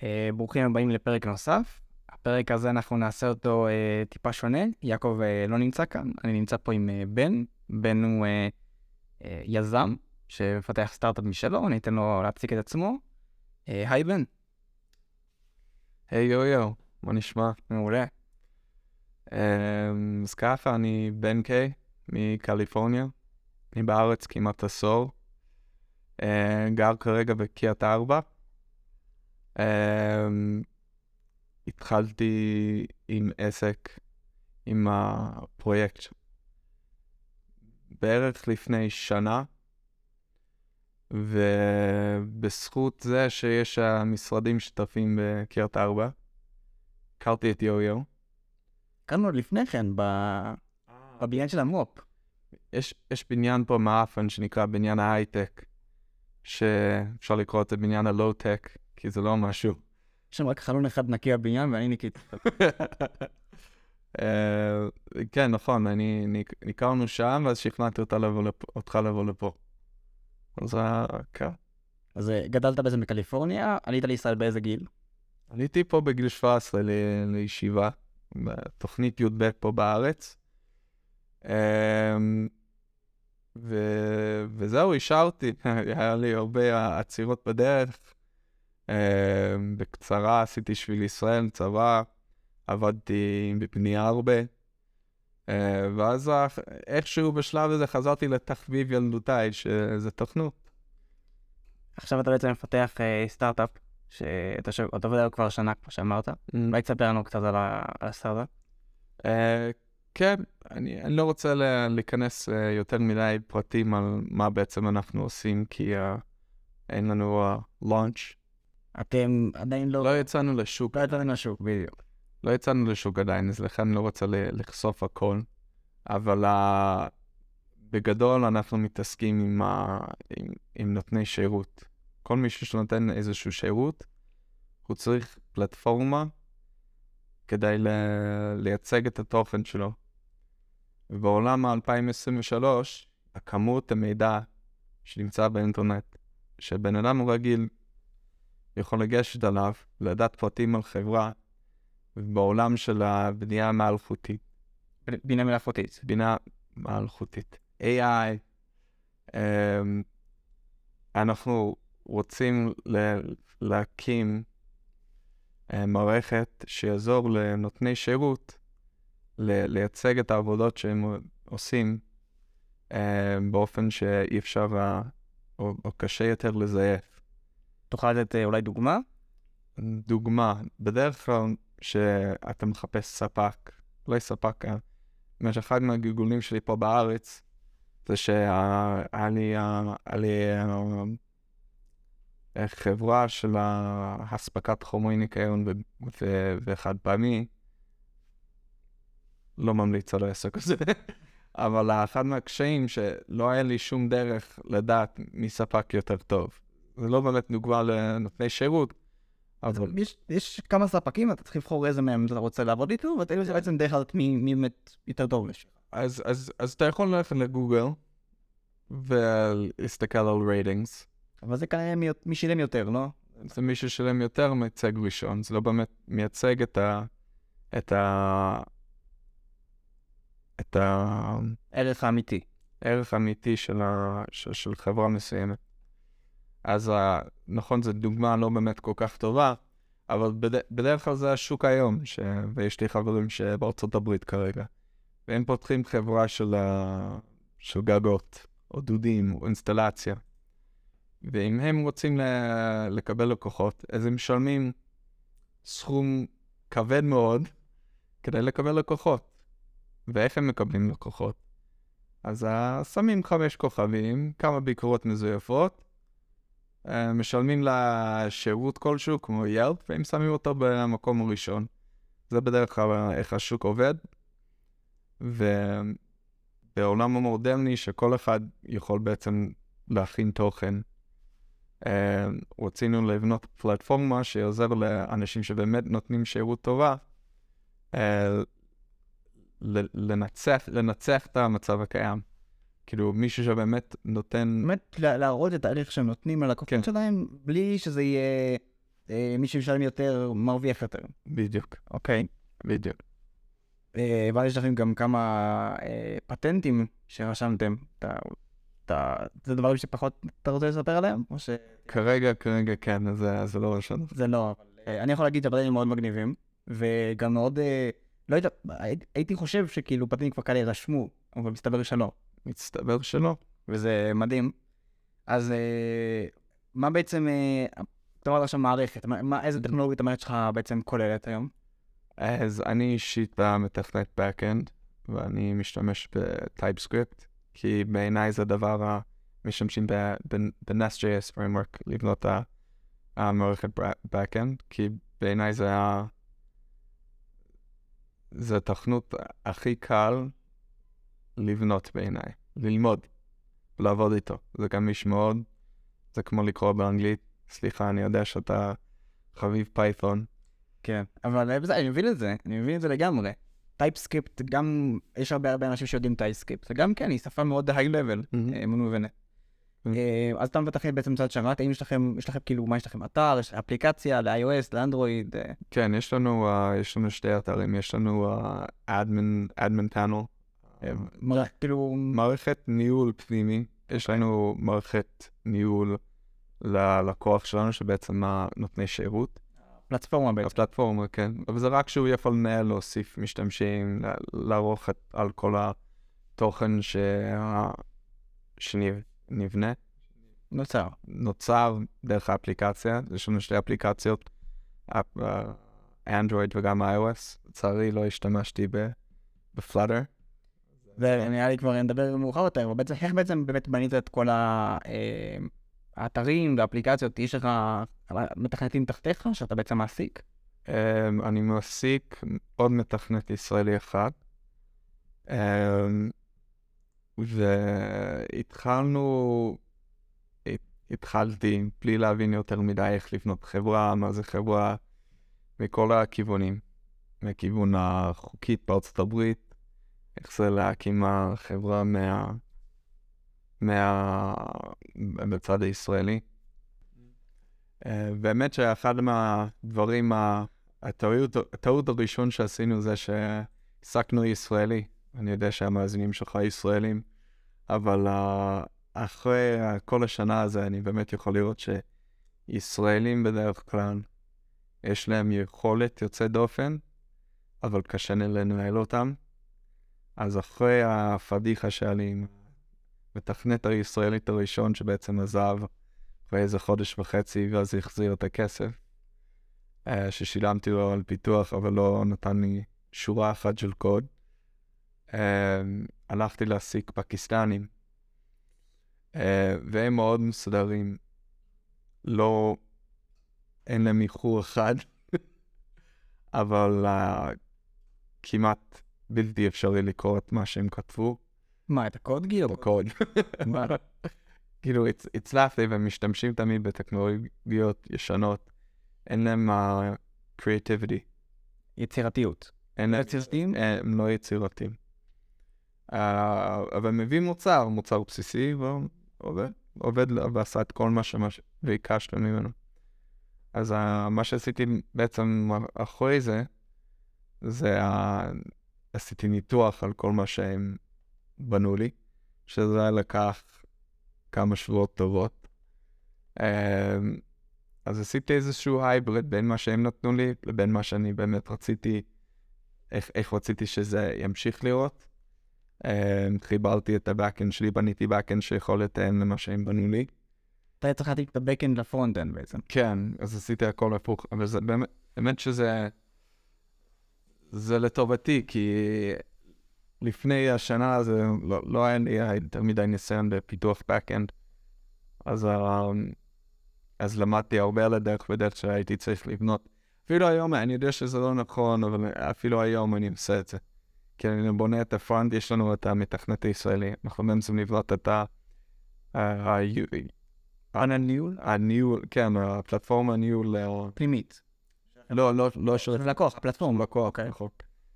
ברוכים הבאים לפרק נוסף. הפרק הזה אנחנו נעשה אותו טיפה שונה. יעקב לא נמצא כאן, אני נמצא פה עם בן. בן הוא יזם שמפתח סטארט-אפ משלו, אני אתן לו להציג את עצמו. היי בן. היי יו, מה נשמע? מעולה. אז ככה, אני בן קיי מקליפורניה, אני בארץ כמעט עשור, גר כרגע בקריית ארבע. התחלתי עם עסק, עם הפרויקט בערך לפני שנה, ובזכות זה שיש משרדים שותפים בקריית ארבע, הכרתי את יו. כאן עוד לפני כן, בבניין של המופ. יש בניין פה מאפן שנקרא בניין ההייטק, שאפשר לקרוא את זה בניין הלואו-טק, כי זה לא משהו. יש שם רק חלון אחד נקי בבניין ואני ניקית. כן, נכון, הכרנו שם, ואז שכנעתי אותך לבוא לפה. אז כן. אז גדלת בעצם בקליפורניה, עלית לישראל באיזה גיל? עליתי פה בגיל 17 לישיבה, בתוכנית י"ב פה בארץ. וזהו, השארתי, היה לי הרבה עצירות בדרך. בקצרה עשיתי שביל ישראל, צבא, עבדתי בבנייה הרבה. ואז איכשהו בשלב הזה חזרתי לתחביב ילדותיי, שזה תוכנות. עכשיו אתה בעצם מפתח סטארט-אפ, שאתה עובד עליו כבר שנה, כמו שאמרת. אולי תספר לנו קצת על הסטארט-אפ. כן, אני לא רוצה להיכנס יותר מדי פרטים על מה בעצם אנחנו עושים, כי אין לנו launch. אתם עדיין לא יצאנו לשוק. לא יצאנו לשוק, בדיוק. לא יצאנו לשוק עדיין, אז לכן אני לא רוצה לחשוף הכל. אבל בגדול אנחנו מתעסקים עם נותני שירות. כל מישהו שנותן איזשהו שירות, הוא צריך פלטפורמה כדי לייצג את התוכן שלו. ובעולם ה-2023, הכמות המידע שנמצא באינטרנט, שבן אדם רגיל יכול לגשת עליו, לדעת פרטים על חברה, ובעולם של הבנייה המלאכותית. בינה מלאכותית. בינה מלאכותית. AI. אנחנו רוצים להקים מערכת שיעזור לנותני שירות לייצג את העבודות שהם עושים באופן שאי אפשר או קשה יותר לזייף. תוכל לתת אולי דוגמה? דוגמה, בדרך כלל שאתה מחפש ספק, אולי ספק, אחד מהגלגולים שלי פה בארץ, זה שהיה לי חברה של הספקת חומרי ניקיון ואחד פעמי, לא ממליץ על העסק הזה, אבל אחד מהקשיים שלא היה לי שום דרך לדעת מי ספק יותר טוב. זה לא באמת דוגמה לנותני שירות, אבל... יש כמה ספקים, אתה צריך לבחור איזה מהם אתה רוצה לעבוד איתו, ואתה יודע בעצם דרך לדעת מי באמת יותר טוב לשך. אז אתה יכול ללכת לגוגל, ולהסתכל על רייטינגס. אבל זה כנראה מי שילם יותר, לא? זה מי ששילם יותר מייצג ראשון, זה לא באמת מייצג את הערך האמיתי. הערך האמיתי של חברה מסוימת. אז נכון, זו דוגמה לא באמת כל כך טובה, אבל בדרך כלל זה השוק היום, ויש לי חברים שבארצות הברית כרגע, והם פותחים חברה של גגות, או דודים, או אינסטלציה. ואם הם רוצים לקבל לקוחות, אז הם משלמים סכום כבד מאוד כדי לקבל לקוחות. ואיך הם מקבלים לקוחות? אז שמים 5 כוכבים, כמה ביקורות מזויפות, משלמים לשירות כלשהו, כמו ילפ, והם שמים אותו במקום הראשון. זה בדרך כלל איך השוק עובד. ובעולם המודרני, שכל אחד יכול בעצם להכין תוכן, רצינו לבנות פלטפורמה שיעזר לאנשים שבאמת נותנים שירות טובה, לנצח את המצב הקיים. כאילו מישהו שבאמת נותן... באמת להראות את הערך שהם נותנים ללקוחות שלהם, בלי שזה יהיה מי שמשלם יותר מרוויח יותר. בדיוק, אוקיי. בדיוק. ואז יש לכם גם כמה פטנטים שרשמתם. זה דברים שפחות אתה רוצה לספר עליהם? או ש... כרגע כן, אז זה לא ראשון. זה לא, אבל אני יכול להגיד שהפטנטים מאוד מגניבים, וגם מאוד, לא יודע, הייתי חושב שכאילו פטנטים כבר כאלה רשמו, אבל מסתבר שלא, מצטבר שלא. וזה מדהים. אז מה בעצם, אתה אומר עכשיו מערכת, איזה טכנולוגית המערכת שלך בעצם כוללת היום? אז אני אישית מתכנת backend, ואני משתמש ב-TypeScript, כי בעיניי זה דבר המשתמשים ב-Nest.js framework לבנות המערכת backend, כי בעיניי זה התכנות הכי קל לבנות בעיניי, ללמוד, לעבוד איתו. זה גמיש מאוד, זה כמו לקרוא באנגלית. סליחה, אני יודע שאתה חביב פייתון. כן, אבל בזה, אני מבין את זה לגמרי. טייפסקריפט, גם יש הרבה אנשים שיודעים טייפסקריפט, וגם כן, היא שפה מאוד high-level, מובנת. אז אתה מבטח בעצם צד שרת, האם יש לכם כאילו, מה יש לכם? אתר, יש אפליקציה ל-iOS, לאנדרואיד? כן, יש לנו שתי אתרים, יש לנו admin panel, כאילו... מערכת ניהול פנימי, יש לנו מערכת ניהול ללקוח שלנו, שבעצם נותני שירות. פלטפורמה בעצם. הפלטפורמה, כן. אבל זה רק שהוא יכול לנהל, להוסיף משתמשים, לערוך על כל התוכן שנבנה. נוצר דרך האפליקציה. יש לנו שתי אפליקציות, אנדרואיד וגם iOS. לצערי לא השתמשתי בפלאטר. ונראה לי כבר נדבר מאוחר יותר, אבל בעצם, איך בעצם באמת בנית את כל האתרים והאפליקציות? יש לך מתכנתים תחתיך שאתה בעצם מעסיק? אני מעסיק עוד מתכנת ישראלי אחד. התחלתי בלי להבין יותר מדי איך לבנות חברה, מה זה חברה, מכל הכיוונים. מכיוון החוקית בארצות הברית, איך זה להקים חברה בצד הישראלי. באמת שאחד מהדברים, הטעות הראשון שעשינו זה שהעסקנו ישראלי. אני יודע שהמאזינים שלך ישראלים, אבל אחרי כל השנה הזה אני באמת יכול לראות שישראלים בדרך כלל יש להם יכולת יוצא דופן, אבל קשה לנהל אותם. אז אחרי הפדיחה שלי, מתכנת הישראלית הראשון שבעצם עזב אחרי איזה חודש וחצי, ואז החזיר את הכסף, ששילמתי לו על פיתוח, אבל לא נתן לי שורה אחת של קוד. הלכתי להעסיק פקיסטנים, והם מאוד מסודרים, אין להם איחור אחד, אבל כמעט בלתי אפשרי לקרוא את מה שהם כתבו. מה, את הקוד גיל? את הקוד. כאילו, הצלחתי, והם משתמשים תמיד בטכנולוגיות ישנות. אין להם creativity. יצירתיות. יצירתיים? הם לא יצירתיים. אבל הם מביאים מוצר בסיסי, ועובד ועשה את כל מה שביקשת ממנו. אז מה שעשיתי בעצם אחרי זה עשיתי ניתוח על כל מה שהם בנו לי, שזה היה לקח כמה שבועות טובות. אז עשיתי איזשהו הייבריד בין מה שהם נתנו לי, לבין מה שאני באמת רציתי, איך רציתי שזה ימשיך לראות. חיברתי את הבאקאנד שלי, בניתי באקאנד שיכול לתאם למה שהם בנו לי. אתה צריך להתאים את הבאקאנד לפרונט-אנד בעצם. כן, אז עשיתי הכל הפוך, אבל זה באמת שזה לטובתי, כי לפני השנה הזה לא היה לי יותר מדי ניסיון בפיתוח backend, אז למדתי הרבה על הדרך בדרך שהייתי צריך לבנות. אפילו היום, אני יודע שזה לא נכון, אבל אפילו היום אני עושה את זה. כי אני בונה את הפרונט, יש לנו את המתכנת הישראלי, אנחנו מנסים לבנות את הניהול, כן, הפלטפורמה הניהול פנימית. לא של לקוח, הפלטפורמה. לקוח, נכון.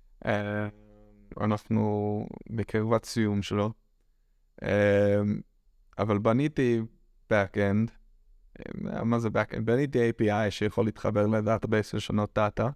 אנחנו בקרבת סיום שלו, אבל בניתי backend מה זה backend? בניתי API שיכול להתחבר לדאטאבייס ולשנות דאטה.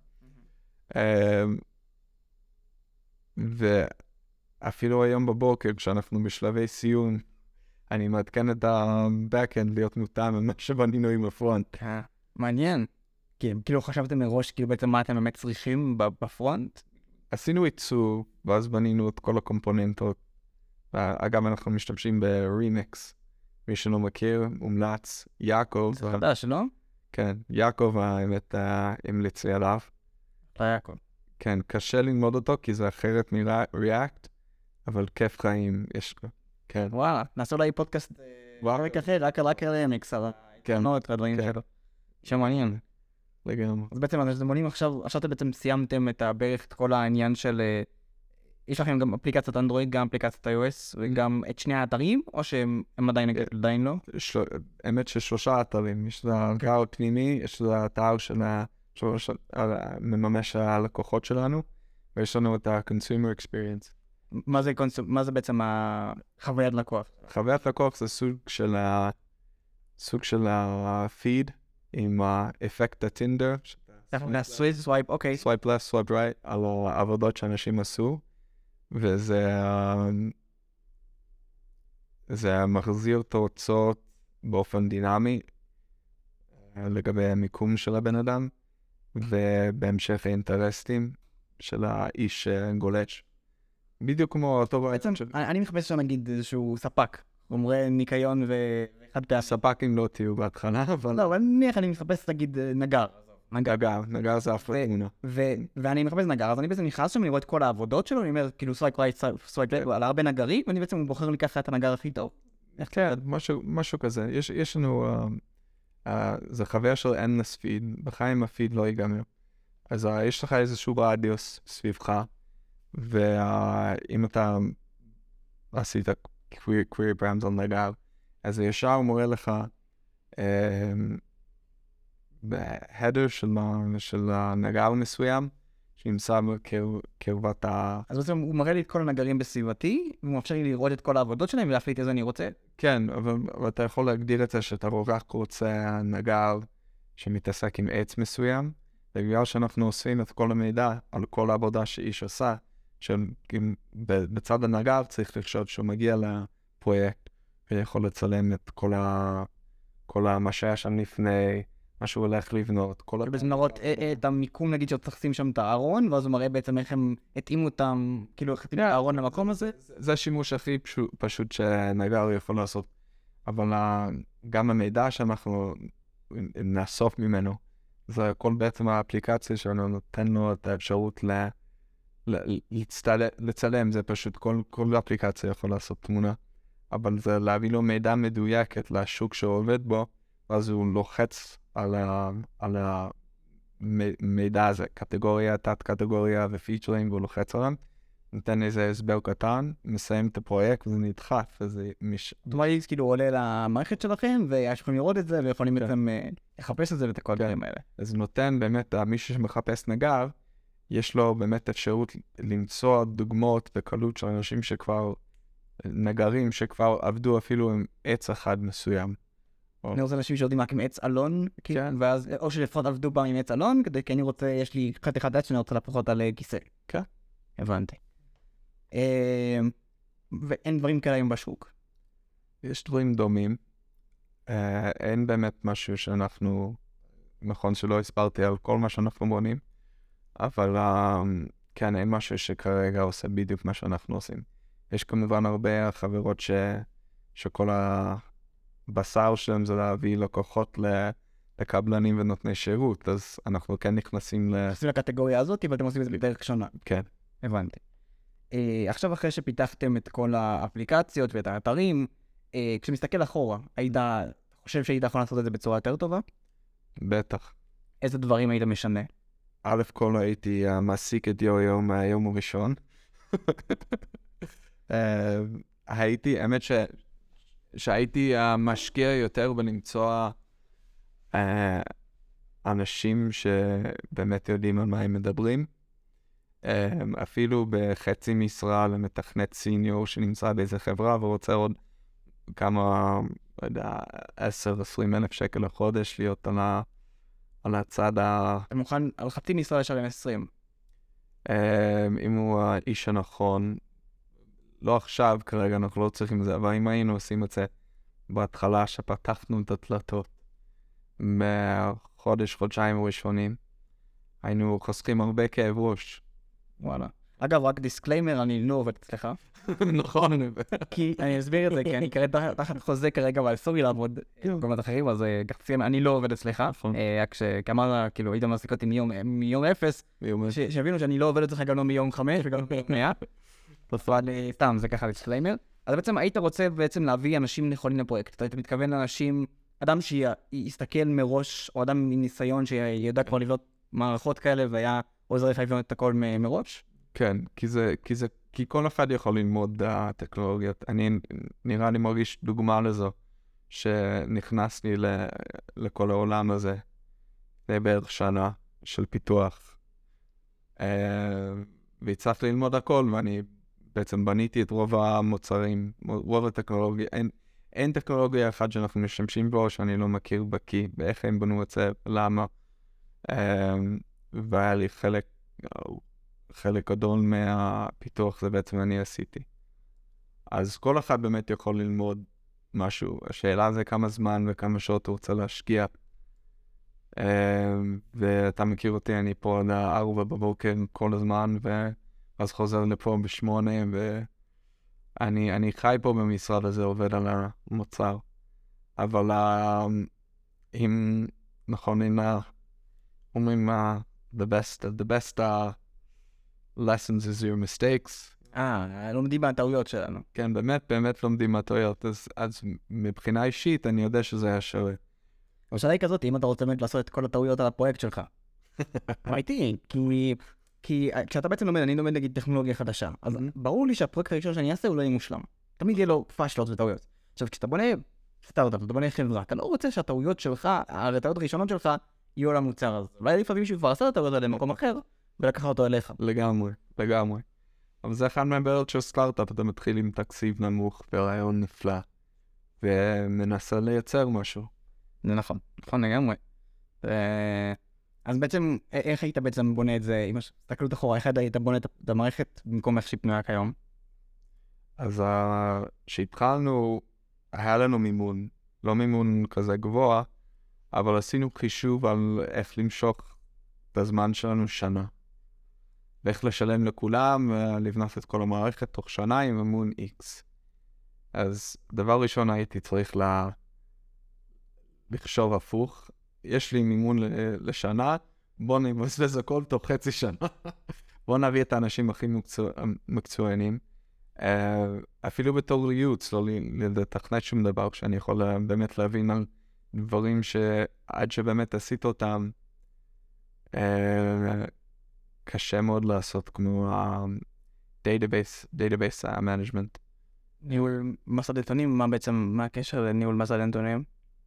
ואפילו היום בבוקר, כשאנחנו בשלבי סיום, אני מעדכן את ה-backend להיות מותאם ממה שבנינו עם הפרונט. מעניין. כאילו חשבתם מראש, כאילו בעצם מה אתם באמת צריכים בפרונט? עשינו עיצוב, ואז בנינו את כל הקומפוננטות. אגב, אנחנו משתמשים ב-Remix. מי שלא מכיר, מומלץ, יעקב. זה חדש, לא? כן, יעקב האמת המליץ לי עליו. יעקב. כן, קשה ללמוד אותו, כי זה אחרת מ-React, אבל כיף חיים יש לו. כן. וואלה, נעשו לי פודקאסט פרק אחר, רק על Remix, על העקרונות והדברים שלו. שמעניין. לגמרי. אז בעצם אתם מונים עכשיו אתם בעצם סיימתם בערך את כל העניין של... יש לכם גם אפליקציית אנדרואיד, גם אפליקציית iOS, וגם את שני האתרים, או שהם עדיין לא? האמת ששלושה אתרים, יש לה אתר פנימי, יש לה אתר מממש הלקוחות שלנו, ויש לנו את ה-Consumer Experience. מה זה בעצם חוויית לקוח? חוויית לקוח זה סוג של הפיד עם האפקט הטינדר. סווייפ, אוקיי. סווייפ left, סווייפ right, על העבודות שאנשים עשו, זה מחזיר תוצאות באופן דינמי לגבי המיקום של הבן אדם, ובהמשך האינטרסטים של האיש גולש. בדיוק כמו אותו... בעצם, אני מחפש שם נגיד איזשהו ספק, אומרי ניקיון ואחד פעם. ספקים לא תהיו בהתחלה, אבל... לא, אבל אני מחפש נגיד נגר. נגר זה אף תמונה. ואני מחפש נגר, אז אני בעצם נכנס שם, אני רואה את כל העבודות שלו, אני אומר, כאילו סווייפ רייט, סווייפ לב, על הרבה נגרים, ואני בעצם בוחר לי ככה את הנגר הכי טוב. כן, משהו כזה. יש לנו, זה חבר של endless feed, בחיים הפיד לא ייגמר. אז יש לך איזשהו רדיוס סביבך, ואם אתה עשית query params על נגר, אז ישר הוא מורה לך בהדר של הנגר מסוים, שנמצא בקרבת אז בעצם הוא מראה לי את כל הנגרים בסביבתי, והוא מאפשר לי לראות את כל העבודות שלהם ולהחליט איזה אני רוצה. כן, אבל אתה יכול להגדיר את זה שאתה רק רוצה נגר שמתעסק עם עץ מסוים, ובגלל שאנחנו אוספים את כל המידע על כל העבודה שאיש עשה, בצד הנגר צריך לחשוב שהוא מגיע לפרויקט, ויכול לצלם את כל מה שהיה שם לפני, מה שהוא הולך לבנות. בעצם לראות את המיקום, נגיד שצריך לשים שם את הארון, ואז הוא מראה בעצם איך הם התאימו אותם, כאילו איך התאימו את הארון למקום הזה. זה השימוש הכי פשוט שנגר יכול לעשות. אבל גם המידע שאנחנו נאסוף ממנו, זה הכל בעצם האפליקציה שלנו נותן לו את האפשרות לצלם, זה פשוט כל אפליקציה יכול לעשות תמונה. אבל זה להביא לו מידע מדויקת לשוק שהוא עובד בו, ואז הוא לוחץ על המידע הזה, קטגוריה, תת-קטגוריה ופיצ'רים, והוא לוחץ עליהם, נותן איזה הסבר קטן, מסיים את הפרויקט וזה נדחף, וזה זאת אומרת, כאילו עולה למערכת שלכם, ויש לכם לראות את זה, ויכולים בעצם לחפש את זה ואת כל הדברים האלה. אז נותן באמת, מישהו שמחפש נגר, יש לו באמת אפשרות למצוא דוגמאות בקלות של אנשים שכבר, נגרים שכבר עבדו אפילו עם עץ אחד מסוים. אני רוצה אנשים שיודעים רק עם עץ אלון, ואז, או שלפחות עבדו פעם עם עץ אלון, כי אני רוצה, יש לי חת אחד עץ שאני רוצה לפחות על כיסא. כן. הבנתי. ואין דברים כאלה היום בשוק. יש דברים דומים. אין באמת משהו שאנחנו, נכון שלא הסברתי על כל מה שאנחנו בונים, אבל כן, אין משהו שכרגע עושה בדיוק מה שאנחנו עושים. יש כמובן הרבה חברות שכל הבשר שלהם זה להביא לקוחות לקבלנים ונותני שירות, אז אנחנו כן נכנסים לקטגוריה הזאת, אבל אתם עושים את זה בדרך שונה. כן. הבנתי. עכשיו אחרי שפיתחתם את כל האפליקציות ואת האתרים, כשמסתכל אחורה, חושב שהיית יכול לעשות את זה בצורה יותר טובה? בטח. איזה דברים היית משנה? א' כל הייתי מעסיק את יו-יו מהיום הראשון. האמת שהייתי משקיע יותר בלמצוא אנשים שבאמת יודעים על מה הם מדברים. אפילו בחצי משרה למתכנת סיניור שנמצא באיזה חברה ורוצה עוד כמה, לא יודע, 10-20 אלף שקל לחודש להיות על הצד אתה מוכן על חצי משרה לשלם 20. אם הוא האיש הנכון, לא עכשיו, כרגע אנחנו לא צריכים את זה, אבל אם היינו עושים את זה בהתחלה שפתחנו את הדלתות בחודש-חודשיים הראשונים, היינו חוסכים הרבה כאב ראש. וואלה. אגב, רק דיסקליימר, אני לא עובד אצלך. נכון. כי אני אסביר את זה, כי אני כרגע תחת חוזה כרגע, אבל אסור לי לעבוד במקומות אחרים, אז אני לא עובד אצלך. רק כשאמרת, כאילו, היית מעסיק אותי מיום 0, שהבינו שאני לא עובד אצלך גם לא מיום 5 וגם לא מיום 100. אבל סתם, זה ככה דיסקליימר. אז בעצם היית רוצה בעצם להביא אנשים נכונים לפרויקט. אתה מתכוון לאנשים, אדם שיסתכל מראש, או אדם עם ניסיון שידע כבר לבנות מערכות כאלה, והיה עוזר לך לבנות את הכל מראש? כן, כי כל אחד יכול ללמוד טכנולוגיות. אני נראה לי מרגיש דוגמה לזו, שנכנסתי לכל העולם הזה, זה בערך שנה של פיתוח. והצלחתי ללמוד הכל, ואני בעצם בניתי את רוב המוצרים, רוב הטכנולוגיה. אין טכנולוגיה אחת שאנחנו משתמשים בו, שאני לא מכיר בקי, באיך הם בנו את זה, למה. והיה לי חלק גדול מהפיתוח זה בעצם אני עשיתי. אז כל אחד באמת יכול ללמוד משהו. השאלה זה כמה זמן וכמה שעות הוא רוצה להשקיע. ואתה מכיר אותי, אני פה עד 4 בבוקר כל הזמן, ואז חוזר לפה ב8, ואני חי פה במשרד הזה, עובד על המוצר. אבל אם נכון, אומרים the best lessons is your mistakes. לומדים מהטעויות שלנו. כן, באמת לומדים מהטעויות. אז מבחינה אישית, אני יודע שזה היה שווה. השאלה היא כזאת, אם אתה רוצה באמת לעשות את כל הטעויות על הפרויקט שלך. ראיתי, כי כשאתה בעצם לומד, אני לומד נגיד טכנולוגיה חדשה, אז ברור לי שהפרויקט הראשון שאני אעשה הוא לא יהיה מושלם. תמיד יהיה לו פאשלות וטעויות. עכשיו, כשאתה בונה סטארט-אפ, אתה בונה חברה, אתה לא רוצה שהטעויות שלך, הטעויות הראשונות שלך, יהיו על המוצר הזה. אולי לפעמים שהוא כבר עשה את הטעויות האלה במקום אחר, ולקחה אותו אליך. לגמרי. אבל זה אחד מהבעיות של סטארט-אפ, אתה מתחיל עם תקציב נמוך ורעיון נפלא, ומנסה לייצר משהו. זה נכון לגמרי. אז בעצם, איך היית בעצם בונה את זה, אם תסתכלות אחורה, איך היית בונה את המערכת במקום איך שהיא פנויה כיום? אז כשהתחלנו, היה לנו מימון, לא מימון כזה גבוה, אבל עשינו חישוב על איך למשוך את הזמן שלנו שנה. ואיך לשלם לכולם, ולבנות את כל המערכת תוך שנה עם מימון X. אז דבר ראשון הייתי צריך לחשוב הפוך. יש לי מימון לשנה, בוא נבזבז הכל תוך חצי שנה. בוא נביא את האנשים הכי מקצוענים. אפילו בתור ייעוץ, לא לתכנת שום דבר, כשאני יכול באמת להבין על דברים שעד שבאמת עשית אותם, קשה מאוד לעשות, כמו database management. ניהול מסד נתונים, מה הקשר לניהול מסד נתונים?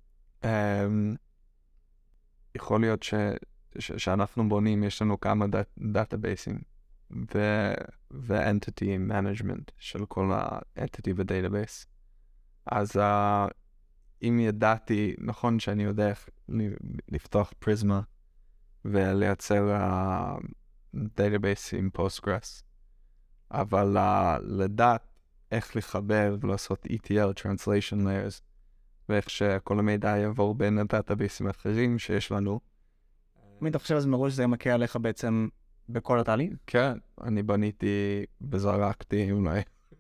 יכול להיות שאנחנו בונים, יש לנו כמה דאטאבייסים, ו-entity management של כל ה-entity ו-database. אז אם ידעתי, נכון שאני יודע איך לפתוח פריזמה, ולייצר database עם Postgres, אבל לדעת איך לחבר ולעשות ETL, Translation Layers, ואיך שכל המידע יעבור בין הדאטאבייסים האחרים שיש לנו. אם אתה חושב אז מראש זה מקל עליך בעצם בכל התהליך? כן, אני בניתי וזרקתי אולי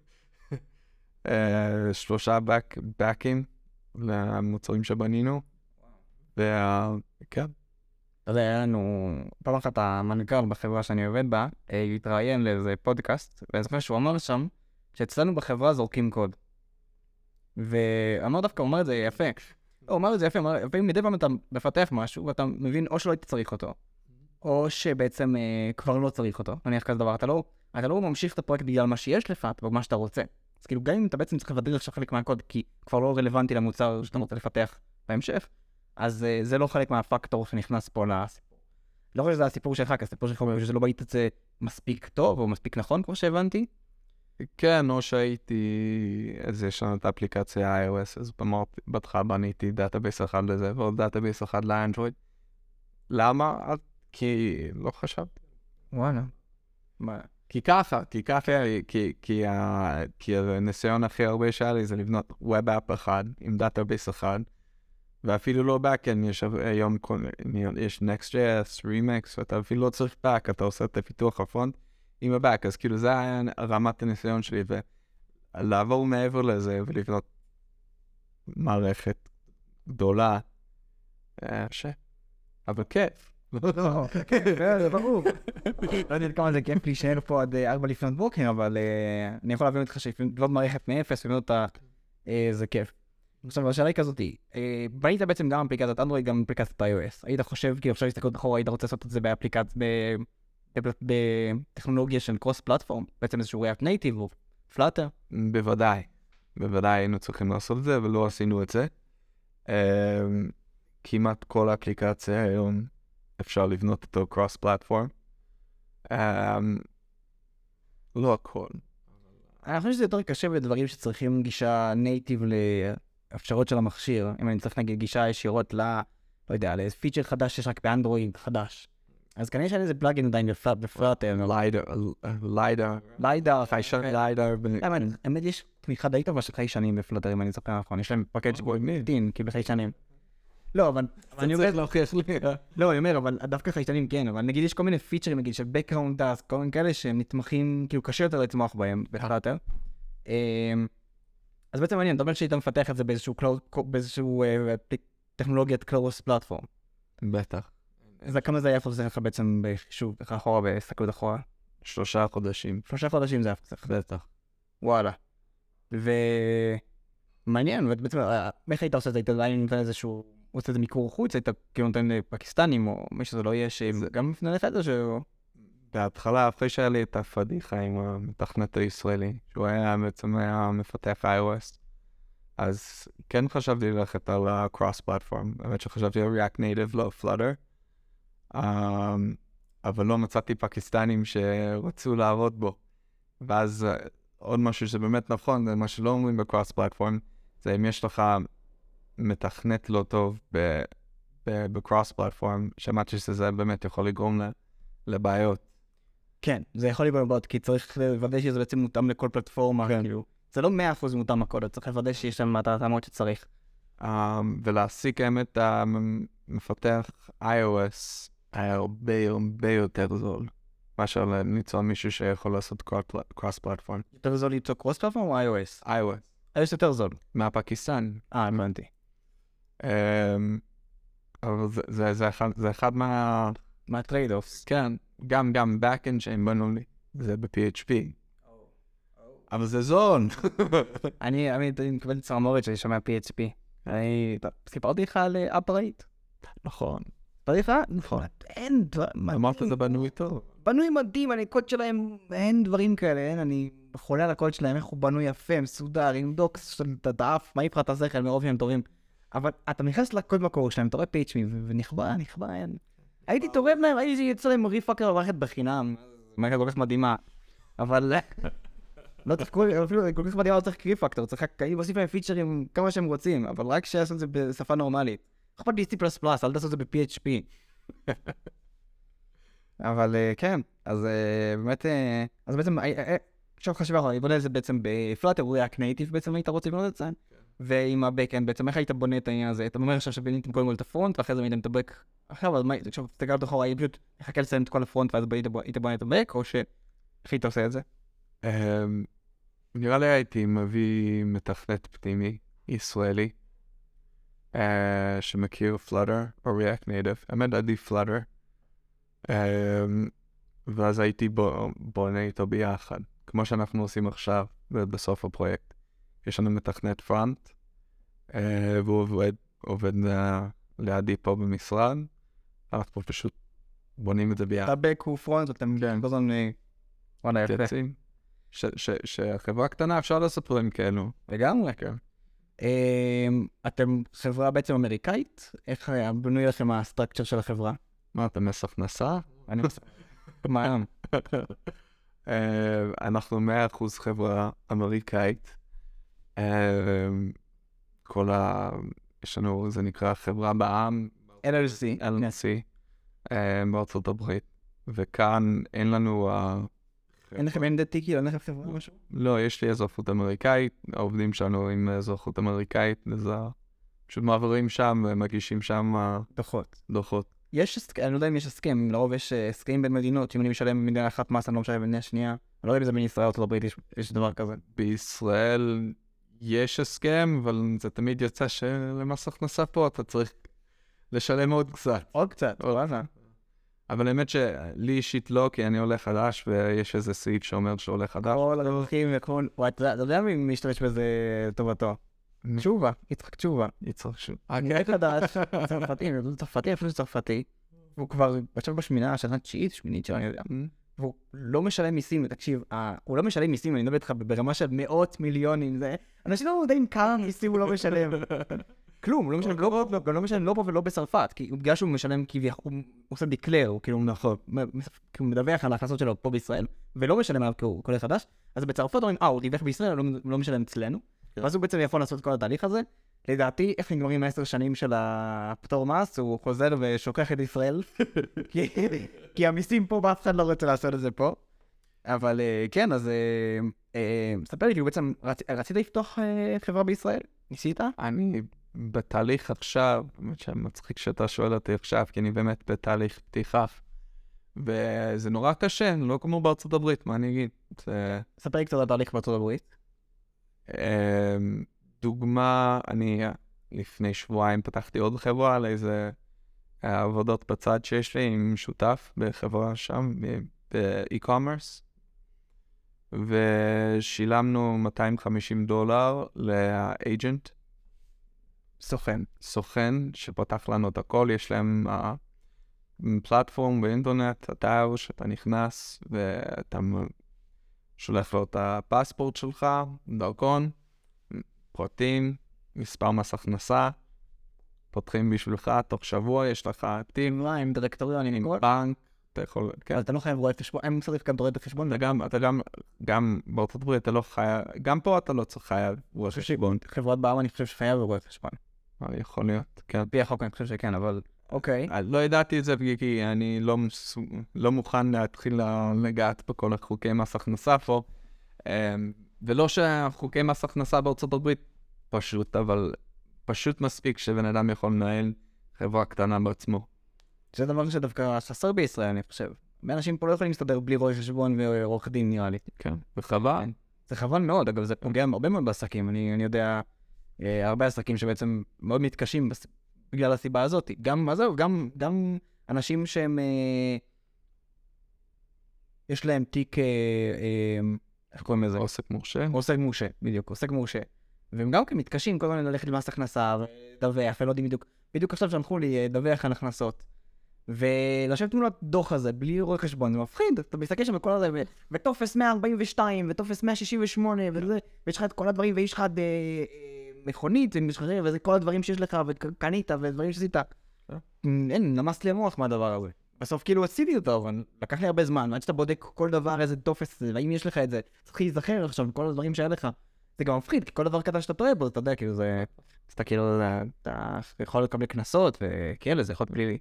3 בקים למוצרים שבנינו, וכן. אתה יודע, היה לנו פעם אחת המנכ"ל בחברה שאני עובד בה, התראיין לאיזה פודקאסט, ואני זוכר שהוא אמר שם שאצלנו בחברה זורקים קוד. ואמר דווקא, הוא אמר את זה יפה. הוא אמר את זה יפה, מדי פעם אתה מפתח משהו, ואתה מבין או שלא היית צריך אותו, או שבעצם כבר לא צריך אותו. נניח כזה דבר, אתה לא ממשיך את הפרויקט בגלל מה שיש לך, מה שאתה רוצה. אז כאילו, גם אם אתה בעצם צריך לבדל עכשיו חלק מהקוד, כי כבר לא רלוונטי למוצר שאתה רוצה לפתח בהמשך, אז זה לא חלק מהפקטור שנכנס פה לסיפור. לא חושב שזה הסיפור שלך, כי הסיפור שלך אומר שזה לא בית את זה מספיק טוב, או מספיק נכון, כמו שהבנתי. כן, או שהייתי, אז יש לנו את האפליקציה iOS, אז בהתחלה בניתי דאטאבייס אחד לזה, ועוד דאטאבייס אחד לאנדרואיד. למה? כי לא חשבתי. וואלה. כי ככה, כי הניסיון הכי הרבה שהיה לי זה לבנות ווב אפ אחד, עם דאטאבייס אחד, ואפילו לא backend, יש היום, יש Next.js, Remix, ואתה אפילו לא צריך back, אתה עושה את הפיתוח הפרונט עם ה-back, אז כאילו זה היה רמת הניסיון שלי, ולעבור מעבר לזה ולבנות מערכת גדולה, אבל כיף. זה ברור. לא יודע כמה זה כיף להישאר פה עד 4 לפנות בוקר, אבל אני יכול להבין אותך שלבנות מערכת מאפס ולבנות אותה, זה כיף. עכשיו, השאלה היא כזאת, בנית בעצם גם אפליקציית אנדרואיד, גם אפליקציית iOS. היית חושב, כאילו אפשר להסתכל אחורה, היית רוצה לעשות את זה בטכנולוגיה של קרוס פלטפורם, בעצם איזשהו React Native או Flutter? בוודאי היינו צריכים לעשות את זה, ולא עשינו את זה. כמעט כל האפליקציה היום אפשר לבנות אותו קרוס פלטפורם. לא הכל. אני חושב שזה יותר קשה בדברים שצריכים גישה נייטיב לאפשרות של המכשיר. אם אני צריך נגיד גישה ישירות לא יודע, לאיזה פיצ'ר חדש שיש רק באנדרואיד חדש. אז כנראה שאין איזה פלאגין עדיין בפלאטר. ליידר. חיישן ליידר. האמת יש תמיכה די טובה של חיישנים בפלאטר, אם אני זוכר נכון. יש להם פקד שבועים, כאילו חיישנים. לא, אבל אני אומר, אבל דווקא חיישנים כן, אבל נגיד יש כל מיני פיצ'רים, נגיד של background task, כל מיני כאלה שהם נתמכים, כאילו קשה יותר לצמוח בהם בפלאטר. אז בעצם מעניין, אתה אומר שהיית מפתח את זה באיזשהו טכנולוגיית closed platform. בטח. אז כמה זה היה חוסך לך בעצם בחישוב, לך אחורה, בהסתכלות אחורה? 3 חודשים. 3 חודשים זה היה חוסך. בטח. וואלה. ומעניין, ובעצם, איך היית עושה את זה? היית עדיין נותן איזשהו, עושה את זה מיקור חוץ? היית כאילו נותן לפקיסטנים, או מי שזה לא יהיה, שגם מפנה לך את זה שהוא... בהתחלה, אחרי שהיה לי את הפדיחה עם המתכנת הישראלי, שהוא היה בעצם מפתח iOS, אז כן חשבתי ללכת על ה-cross platform, באמת שחשבתי על React Native, לא Flutter, אבל לא מצאתי פקיסטנים שרצו לעבוד בו. ואז עוד משהו שבאמת נכון, מה שלא אומרים ב-cross platform, זה אם יש לך מתכנת לא טוב ב-cross platform, שמעתי שזה באמת יכול לגרום לבעיות. כן, זה יכול לגרום לבעיות, כי צריך לוודא שזה בעצם מותאם לכל פלטפורמה, כאילו. זה לא 100% מותאם הקוד, צריך לוודא שיש שם את ההתאמות שצריך. ולהשיג האמת המפתח iOS היה הרבה יותר זול, מאשר למצוא מישהו שיכול לעשות cross platform. יותר זול למצוא cross platform או iOS? iOS. iOS יותר זול. מהפקיסטן. הבנתי. אבל זה אחד מהטרייד-אופס. כן, גם backend שהם בנו לי, זה ב-PHP. אבל זה זול. אני מקבל צרמורת שאני שומע PHP. סיפרתי לך על upright? נכון. סיפרתי לך? נכון. אין דברים... אמרת זה בנוי טוב. בנוי מדהים, הקוד שלהם, אין דברים כאלה, אני חולה על הקוד שלהם, איך הוא בנוי יפה, מסודר, עם דוקס של דף, מעיף לך את השכל, מרוב שהם טובים. אבל אתה נכנס לקוד מקור שלהם, אתה רואה PHP, ונכבה, הייתי תורם להם, הייתי יוצא להם ריפאקר במערכת בחינם. מערכת כל כך מדהימה. אבל לא צריך, אפילו כל כך מדהימה, לא צריך ריפאקטור, צריך רק להוסיף להם פיצ'רים כמה שהם רוצים, אבל רק שיעשו את זה בשפה נורמלית. אכפת לי C++, אל תעשו את זה ב-PHP. אבל כן, אז באמת, אז בעצם, עכשיו חשיבה אחרונה, אני בונה את זה בעצם בפלאטר, הוא React Native בעצם היית רוצה לבנות את זה, ועם הבקאנד בעצם, איך היית בונה את העניין הזה? אתה אומר עכשיו שבניתם קודם כל את הפרונט, ואחרי זה בניתם את הבק, עכשיו, אז מה, עכשיו תסתכל אחורה, היית פשוט מחכה לסיים את כל הפרונט, ואז היית בונה את הבק, או שאיך היית עושה את זה? נראה לי הייתי מביא מתכנת פנימי, ישראלי, שמכיר Flutter או React Native, האמת עדיף Flutter, ואז הייתי בונה איתו ביחד, כמו שאנחנו עושים עכשיו בסוף הפרויקט. יש לנו מתכנת פרונט, והוא עובד לידי פה במשרד, אנחנו פשוט בונים את זה ביחד. הבק הוא פרונט, אתם בזמן וואלה יפה. שהחברה קטנה אפשר לעשות דברים כאלו. לגמרי. אתם חברה בעצם אמריקאית? איך בנוי לכם הסטרקצ'ר של החברה? מה, אתה מס הכנסה? אני מס... מה? אנחנו 100% חברה אמריקאית. יש לנו, זה נקרא חברה בע"מ. LLC. בארצות הברית. וכאן אין לנו... אין לכם אנדטי, כאילו, אין לכם חברה משהו? לא, יש לי אזרחות אמריקאית. העובדים שלנו עם אזרחות אמריקאית, אז פשוט מעבירים שם ומגישים שם דוחות. אני לא יודע אם יש הסכם, לרוב יש הסכמים בין מדינות, אם אני משלם במדינה אחת מס, אני לא משלם במדינה השנייה. אני לא יודע אם זה בין ישראל או ארצות הברית, יש דבר כזה. בישראל יש הסכם, אבל זה תמיד יצא שלמס הכנסה פה אתה צריך לשלם עוד קצת. עוד קצת, וואלה. אבל האמת שלי אישית לא, כי אני עולה חדש, ויש איזה סעיף שאומר שעולה חדש. כל הדרכים וכל... אתה יודע מי משתמש בזה טובתו? תשובה, יצחק תשובה. יצחק תשובה. חדש, צרפתי, אפילו צרפתי. הוא כבר עכשיו בשמינה, השנה שמינית שלו, אני יודע. והוא לא משלם מיסים, תקשיב, הוא לא משלם מיסים, אני מדבר איתך ברמה של מאות מיליונים, אנשים לא יודעים כמה מיסים הוא לא משלם. כלום, הוא לא משלם לא פה ולא בצרפת, כי בגלל שהוא משלם כביכול, הוא עושה דיקלר, הוא כאילו מדווח על ההכנסות שלו פה בישראל, ולא משלם עליו כעולה חדש, אז בצרפת אומרים, הוא דיווח בישראל, הוא לא משלם אצלנו, ואז הוא בעצם יכול לעשות כל התהליך הזה. לדעתי, איך נגמרים 10 שנים של הפטור מס, הוא חוזר ושוכח את ישראל, כי המיסים פה באף אחד לא רוצה לעשות את זה פה. אבל כן, אז ספר לי, כאילו בעצם רצית לפתוח חברה בישראל? ניסית? אני בתהליך עכשיו, באמת שמצחיק שאתה שואל אותי עכשיו, כי אני באמת בתהליך פתיחה, וזה נורא קשה, לא כמו בארצות הברית, מה אני אגיד? ספר לי קצת על התהליך בארצות הברית. דוגמה, אני לפני שבועיים פתחתי עוד חברה על איזה עבודות בצד שיש לי עם שותף בחברה שם, ב-e-commerce, ושילמנו $250 לאג'נט, סוכן שפתח לנו את הכל. יש להם פלטפורם באינטרנט, אתר שאתה נכנס ואתה שולח לו את הפספורט שלך, דרכון, פרטים, מספר מס הכנסה, פותחים בשבילך, תוך שבוע יש לך טים, עם דירקטוריון, עם בנק, אתה יכול, כן. אתה לא חייב רואה חשבון, הם צריך גם רואה חשבון. גם בארצות הברית אתה לא חייב, גם פה אתה לא צריך חייב רואה חשבון. חברת בע"מ אני חושב שחייב רואה חשבון. יכול להיות, כן. פי החוק אני חושב שכן, אבל אוקיי. לא ידעתי את זה כי אני לא מוכן להתחיל לגעת בכל החוקי מס הכנסה פה. ולא שהחוקי מס הכנסה בארצות הברית פשוט, אבל פשוט מספיק שבן אדם יכול לנהל חברה קטנה בעצמו. זה דבר שדווקא חסר בישראל, אני חושב. אנשים פה לא יכולים להסתדר בלי רואה חשבון ועורך דין, נראה לי. כן, וחבל. זה חבל מאוד, אגב, זה פוגע הרבה מאוד בעסקים. אני יודע, הרבה עסקים שבעצם מאוד מתקשים בגלל הסיבה הזאת. גם אנשים שהם... יש להם תיק... איך קוראים לזה? עוסק מורשה. עוסק מורשה, בדיוק, עוסק מורשה. והם גם כן מתקשים כל הזמן ללכת למס הכנסה, ודווח, ולא יודעים בדיוק עכשיו שלחו לי דווח על הכנסות. ולשבת מול הדוח הזה, בלי רואה חשבון, זה מפחיד, אתה מסתכל שם בכל הזה, וטופס 142, וטופס 168, ויש לך את כל הדברים, ויש לך מכונית, וזה כל הדברים שיש לך, וקנית, ודברים שעשית. אין, נמס לי המוח מהדבר הזה. בסוף כאילו עשיתי אותו, אבל לקח לי הרבה זמן, עד שאתה בודק כל דבר, איזה טופס, והאם יש לך את זה, צריך להיזכר עכשיו, כל הדברים שהיה לך. זה גם מפחיד, כי כל דבר קטן שאתה טועה בו, אתה יודע, כאילו זה... אתה כאילו, אתה יכול לקבל כנסות, וכאלה, זה יכול להיות פלילי.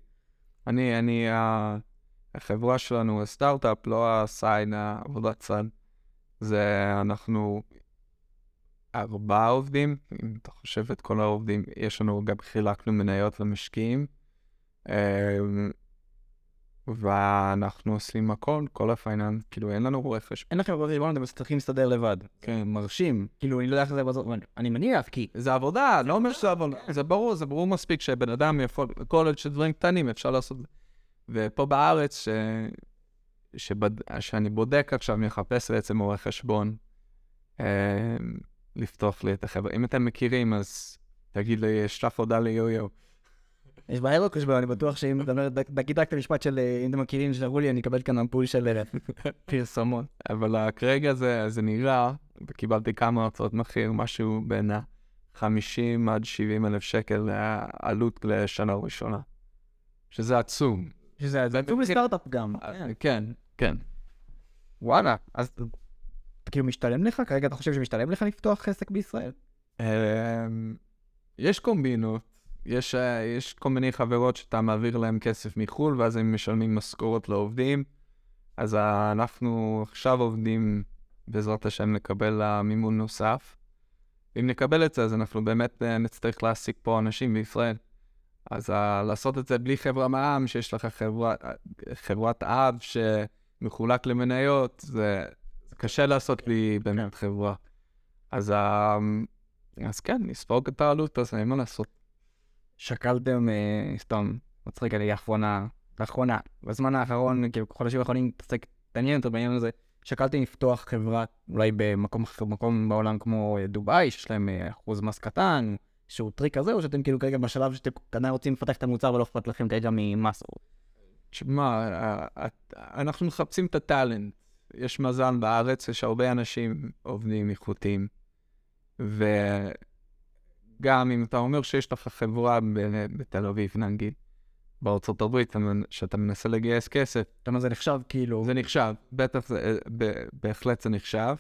החברה שלנו, הסטארט-אפ, לא הסייד, העבודת צד. זה אנחנו 4 עובדים, אם אתה חושב את כל העובדים, יש לנו גם חילקנו מניות למשקיעים, ואנחנו עושים הכל, כל הפייננס, כאילו אין לנו רואה חשבון. אין לכם רואה חשבון, אתם צריכים להסתדר לבד. כן. מרשים. כאילו, אני לא יודע איך זה בזאת, אני מניח, כי... זה עבודה, לא אומר שזה עבודה. זה ברור מספיק שבן אדם יכול, כל עוד שדברים קטנים אפשר לעשות. ופה בארץ, שאני בודק עכשיו, מחפש בעצם רואה חשבון, לפתוח לי את החברה. אם אתם מכירים, אז תגיד לי, יש לך הודעה ליו-יו. יש בעיה לא חשבון, אני בטוח שאם תגיד רק את המשפט של אם אתם מכירים שתראו לי, אני אקבל כאן מבול של פרסומות. אבל כרגע זה נראה, וקיבלתי כמה הצעות מחיר, משהו בין 50 עד 70 אלף שקל עלות לשנה ראשונה. שזה עצום. שזה עצום לסטארט-אפ גם. כן, כן. וואלה, אז אתה כאילו משתלם לך? כרגע אתה חושב שמשתלם לך לפתוח עסק בישראל? יש קומבינות, יש כל מיני חברות שאתה מעביר להם כסף מחול, ואז הם משלמים משכורות לעובדים. אז אנחנו עכשיו עובדים בעזרת השם לקבל מימון נוסף. אם נקבל את זה, אז אנחנו באמת נצטרך להעסיק פה אנשים בישראל. אז לעשות את זה בלי חברה מע"מ, שיש לך חברת אב שמחולק למניות, זה קשה לעשות בלי באמת חברה. אז כן, נספוג את העלות, אז אין מה לעשות. שקלתם, סתם, מצחיק עלי לאחרונה, בזמן האחרון, כאילו חודשים האחרונים, תעניין יותר בעניין הזה, שקלתם לפתוח חברה, אולי במקום בעולם כמו דובאי, שיש להם אחוז מס קטן, שהוא טריק כזה, או שאתם כאילו כרגע בשלב שאתם כנראה רוצים לפתח את המוצר ולא אכפת לכם כרגע ממס? תשמע, אנחנו מחפשים את הטלנט. יש מזל בארץ, יש הרבה אנשים עובדים איכותיים. וגם אם אתה אומר שיש לך חברה בתל אביב, נגיד, בארצות הברית, שאתה מנסה לגייס כסף, למה זה נחשב כאילו? זה נחשב, בטח, בהחלט זה נחשב.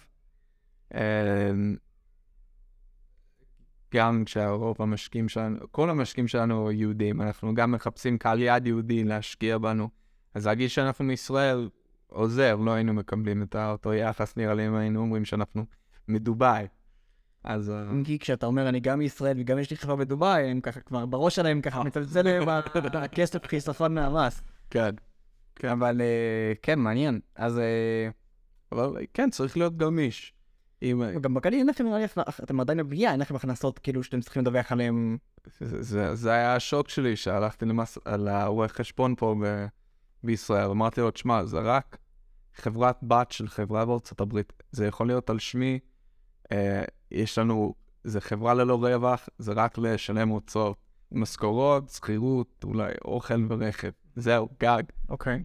גם כשהרוב המשקיעים שלנו, כל המשקיעים שלנו יהודים, אנחנו גם מחפשים קהל יעד יהודי להשקיע בנו. אז להגיד שאנחנו מישראל עוזר, לא היינו מקבלים את אותו יחס, נראה לי אם היינו אומרים שאנחנו מדובאי. אז כי כשאתה אומר אני גם מישראל וגם יש לי חברה בדובאי, הם ככה כבר בראש שלהם ככה מצלצל להם הכסף חיסכון מהמס. כן. אבל כן, מעניין. אז אבל כן, צריך להיות גמיש. גם בקלי אין לכם, אתם עדיין בבנייה, אין לכם הכנסות כאילו שאתם צריכים לדווח עליהם. זה היה השוק שלי, שהלכתי על הרואה חשבון פה בישראל. אמרתי לו, תשמע, זה רק חברת בת של חברה בארצות הברית. זה יכול להיות על שמי. יש לנו, זה חברה ללא רווח, זה רק לשלם הוצאות. משכורות, שכירות, אולי אוכל ורכב. זהו, גג. אוקיי.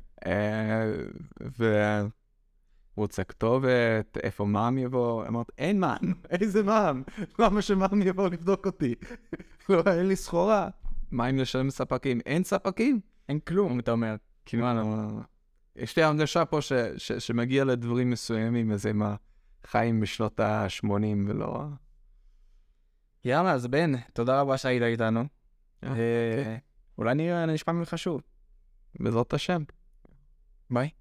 רוצה כתובת, איפה מע"מ יבוא? אמרת, אין מע"מ, איזה מע"מ? למה שמע"מ יבוא לבדוק אותי? לא, אין לי סחורה. מה אם לשלם ספקים? אין ספקים? אין כלום, אתה אומר. יש לי הרגשה פה שמגיע לדברים מסוימים, אז הם חיים בשנות ה-80 ולא... יאללה, אז בן, תודה רבה שהיית איתנו. אולי נשמע ממך שוב. בעזרת השם. ביי.